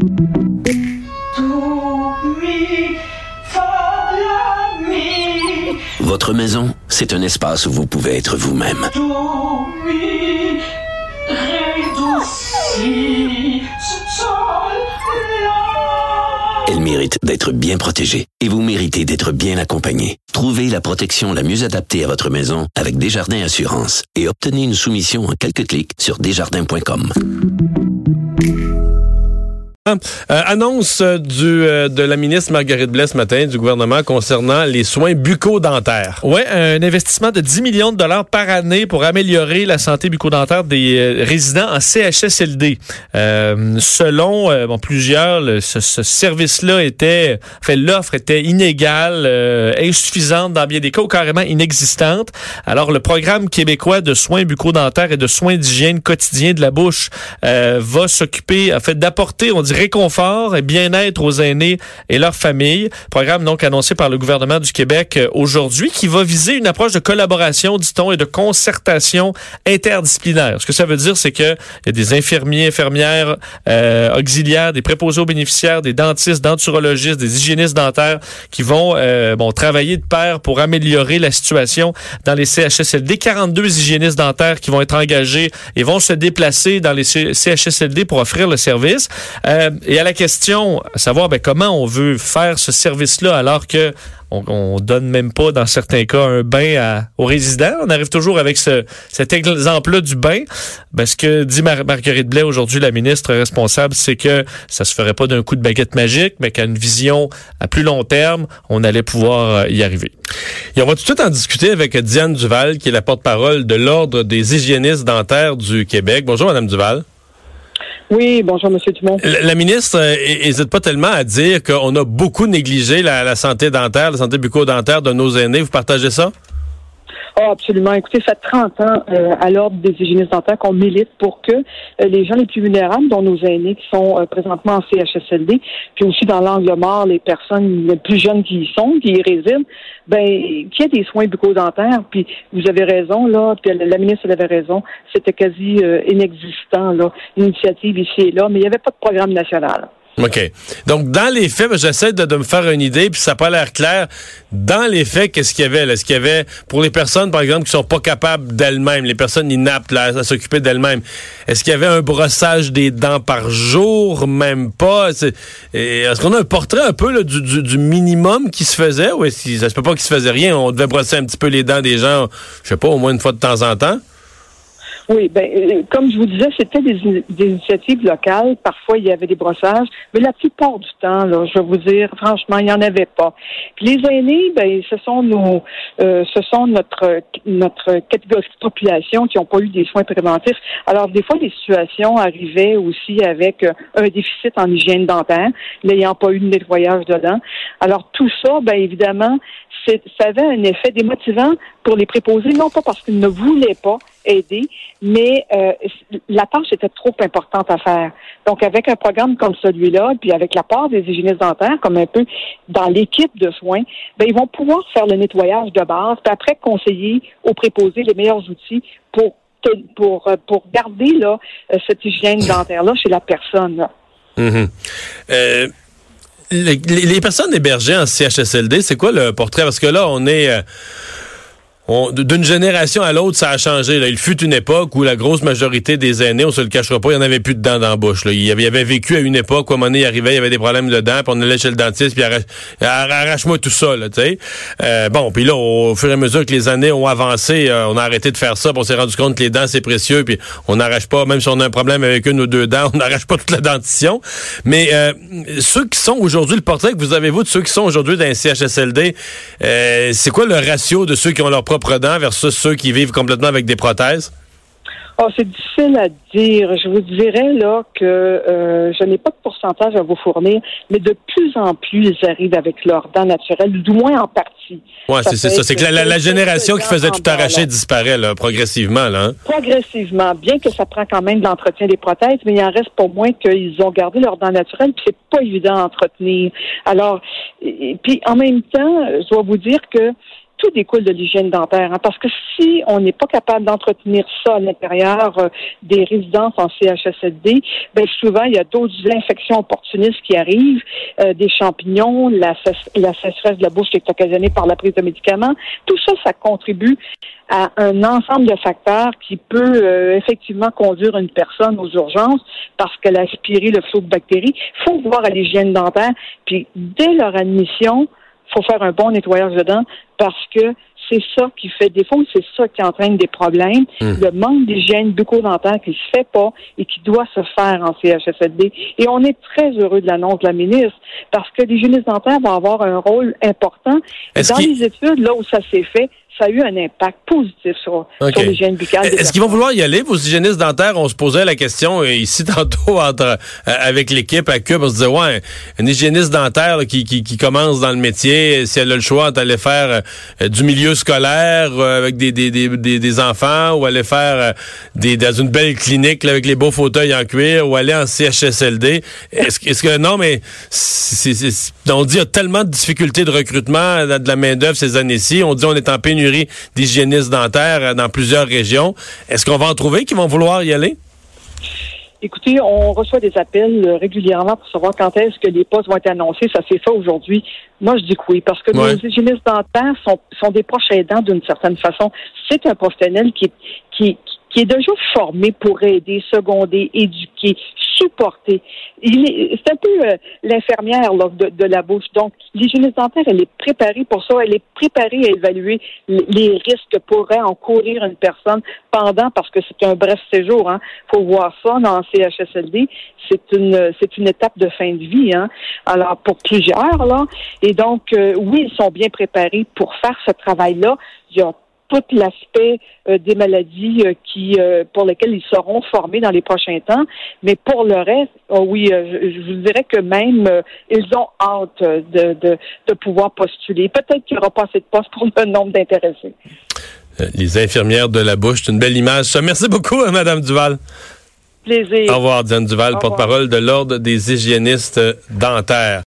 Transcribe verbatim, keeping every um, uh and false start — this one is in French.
Votre maison, c'est un espace où vous pouvez être vous-même. Elle mérite d'être bien protégée et vous méritez d'être bien accompagné. Trouvez la protection la mieux adaptée à votre maison avec Desjardins Assurance et obtenez une soumission en quelques clics sur desjardins point com. Euh, annonce du, euh, de la ministre Marguerite Blais ce matin du gouvernement concernant les soins bucco-dentaires. Oui, un investissement de dix millions de dollars par année pour améliorer la santé bucco-dentaire des euh, résidents en C H S L D. Euh, selon euh, bon, plusieurs, le, ce, ce service-là était, enfin l'offre était inégale, euh, insuffisante dans bien des cas ou carrément inexistante. Alors le programme québécois de soins bucco-dentaires et de soins d'hygiène quotidien de la bouche euh, va s'occuper, en fait, d'apporter, on dirait, réconfort et bien-être aux aînés et leurs familles. Programme donc annoncé par le gouvernement du Québec euh, aujourd'hui qui va viser une approche de collaboration, dit-on, et de concertation interdisciplinaire. Ce que ça veut dire, c'est que il y a des infirmiers, infirmières, euh, auxiliaires, des préposés aux bénéficiaires, des dentistes, denturologistes, des hygiénistes dentaires qui vont euh, bon travailler de pair pour améliorer la situation dans les C H S L D. quarante-deux hygiénistes dentaires qui vont être engagés et vont se déplacer dans les C H S L D pour offrir le service. Euh, Et à la question, à savoir ben, comment on veut faire ce service-là alors que on, on donne même pas, dans certains cas, un bain à, aux résidents. On arrive toujours avec ce, cet exemple-là du bain. Ben, ce que dit Mar- Marguerite Blais aujourd'hui, la ministre responsable, c'est que ça se ferait pas d'un coup de baguette magique, mais qu'à une vision à plus long terme, on allait pouvoir y arriver. Et on va tout de suite en discuter avec Diane Duval, qui est la porte-parole de l'Ordre des hygiénistes dentaires du Québec. Bonjour, Madame Duval. Oui, bonjour, M. Dumont. La, la ministre n'hésite euh, pas tellement à dire qu'on a beaucoup négligé la, la santé dentaire, la santé bucco-dentaire de nos aînés. Vous partagez ça? Oh, absolument. Écoutez, ça fait trente ans euh, à l'Ordre des hygiénistes dentaires qu'on milite pour que euh, les gens les plus vulnérables, dont nos aînés qui sont euh, présentement en C H S L D, puis aussi dans l'angle mort, les personnes les plus jeunes qui y sont, qui y résident, ben qu'il y ait des soins bucco-dentaires. Puis vous avez raison, là, puis la, la ministre avait raison, c'était quasi euh, inexistant, là, l'initiative ici et là, mais il n'y avait pas de programme national. OK. Donc, dans les faits, ben, j'essaie de, de me faire une idée, puis ça n'a pas l'air clair. Dans les faits, qu'est-ce qu'il y avait? Là? Est-ce qu'il y avait, pour les personnes, par exemple, qui sont pas capables d'elles-mêmes, les personnes inaptes là, à s'occuper d'elles-mêmes, est-ce qu'il y avait un brossage des dents par jour? Même pas. C'est, et, est-ce qu'on a un portrait un peu là, du, du, du minimum qui se faisait? Ou est-ce que ça se peut pas qu'il se faisait rien? On devait brosser un petit peu les dents des gens, je sais pas, au moins une fois de temps en temps? Oui, ben euh, comme je vous disais, c'était des, des initiatives locales. Parfois, il y avait des brossages, mais la plupart du temps, là, je vais vous dire, franchement, il n'y en avait pas. Puis les aînés, ben, ce sont nos, euh, ce sont notre notre catégorie de population qui n'ont pas eu des soins préventifs. Alors, des fois, les situations arrivaient aussi avec euh, un déficit en hygiène dentaire, n'ayant pas eu de nettoyage dedans. Alors, tout ça, ben évidemment, c'est, ça avait un effet démotivant pour les préposés, non pas parce qu'ils ne voulaient pas aider, mais euh, la tâche était trop importante à faire. Donc, avec un programme comme celui-là, puis avec la part des hygiénistes dentaires, comme un peu dans l'équipe de soins, ben ils vont pouvoir faire le nettoyage de base, puis après conseiller aux préposés les meilleurs outils pour pour pour garder là cette hygiène dentaire-là chez la personne. Là. Mm-hmm. Euh... Les, les personnes hébergées en C H S L D, c'est quoi le portrait? Parce que là, on est... Euh, on, d'une génération à l'autre, ça a changé. Là. Il fut une époque où la grosse majorité des aînés, on se le cachera pas, il n'y en avait plus de dents dans la bouche. Là. Il, avait, il avait vécu à une époque où à un moment donné, il arrivait, il y avait des problèmes de dents, puis on allait chez le dentiste, puis arrache, arrache-moi tout ça. Là, tu sais. Euh, bon, puis là, au fur et à mesure que les années ont avancé, euh, on a arrêté de faire ça, puis on s'est rendu compte que les dents, c'est précieux, puis on n'arrache pas, même si on a un problème avec une ou deux dents, on n'arrache pas toute la dentition. Mais euh, ceux qui sont aujourd'hui, le portrait que vous avez, vous, de ceux qui sont aujourd'hui dans un C H S L D, euh, c'est quoi le ratio de ceux qui ont leur propre dents versus ceux qui vivent complètement avec des prothèses? Oh, c'est difficile à dire. Je vous dirais là que euh, je n'ai pas de pourcentage à vous fournir, mais de plus en plus, ils arrivent avec leurs dents naturelles, du moins en partie. Oui, c'est, c'est ça. C'est que la, la, la génération qui faisait tout arracher disparaît là, progressivement. Là, hein? Progressivement. Bien que ça prend quand même de l'entretien des prothèses, mais il en reste pas moins qu'ils ont gardé leurs dents naturelles, puis c'est pas évident à entretenir. Alors, et, et puis en même temps, je dois vous dire que tout découle de l'hygiène dentaire, hein, parce que si on n'est pas capable d'entretenir ça à l'intérieur euh, des résidences en C H S L D, ben souvent il y a d'autres infections opportunistes qui arrivent, euh, des champignons, la, la sécheresse de la bouche qui est occasionnée par la prise de médicaments. Tout ça, ça contribue à un ensemble de facteurs qui peut euh, effectivement conduire une personne aux urgences parce qu'elle a aspiré le flot de bactéries. Il faut voir à l'hygiène dentaire, puis dès leur admission, il faut faire un bon nettoyage de dents parce que c'est ça qui fait défaut, c'est ça qui entraîne des problèmes. Mmh. Le manque d'hygiène bucco-dentaire qui se fait pas et qui doit se faire en C H S L D. Et on est très heureux de l'annonce de la ministre parce que l'hygiéniste dentaire va avoir un rôle important. Est-ce Dans qu'il... les études, là où ça s'est fait, ça a eu un impact positif sur, okay. sur l'hygiène buccale. Est-ce personnes. qu'ils vont vouloir y aller, vos hygiénistes dentaires? On se posait la question euh, ici tantôt entre euh, avec l'équipe à Cube. On se disait, ouais, une hygiéniste dentaire là, qui, qui, qui commence dans le métier, si elle a le choix entre aller faire euh, du milieu scolaire euh, avec des, des, des, des, des enfants ou aller faire euh, des, dans une belle clinique là, avec les beaux fauteuils en cuir ou aller en C H S L D. Est-ce, est-ce que, non, mais c'est, c'est, c'est, on dit qu'il y a tellement de difficultés de recrutement de la main-d'œuvre ces années-ci. On dit on est en pénurie d'hygiénistes dentaires dans plusieurs régions. Est-ce qu'on va en trouver qui vont vouloir y aller? Écoutez, on reçoit des appels régulièrement pour savoir quand est-ce que les postes vont être annoncés. Ça s'est fait aujourd'hui. Moi, je dis que oui, parce que ouais. nos hygiénistes dentaires sont, sont des proches aidants d'une certaine façon. C'est un professionnel qui, qui, qui est déjà formé pour aider, seconder, éduquer, supporter. Il est, c'est un peu euh, l'infirmière là, de, de la bouche. Donc, l'hygiéniste dentaire, elle est préparée pour ça. Elle est préparée à évaluer les risques que pourrait encourir une personne pendant, parce que c'est un bref séjour. Hein. Faut voir ça dans le C H S L D. C'est une, c'est une étape de fin de vie. Hein. Alors, pour plusieurs, là. Et donc, euh, oui, ils sont bien préparés pour faire ce travail-là. Il y a tout l'aspect euh, des maladies euh, qui euh, pour lesquelles ils seront formés dans les prochains temps. Mais pour le reste, oh oui, euh, je, je vous dirais que même euh, ils ont hâte de, de, de pouvoir postuler. Peut-être qu'il n'y aura pas assez de postes pour le nombre d'intéressés. Euh, les infirmières de la bouche, c'est une belle image. Ça, merci beaucoup, hein, Mme Duval. Plaisir. Au revoir, Diane Duval, porte-parole de l'Ordre des hygiénistes dentaires.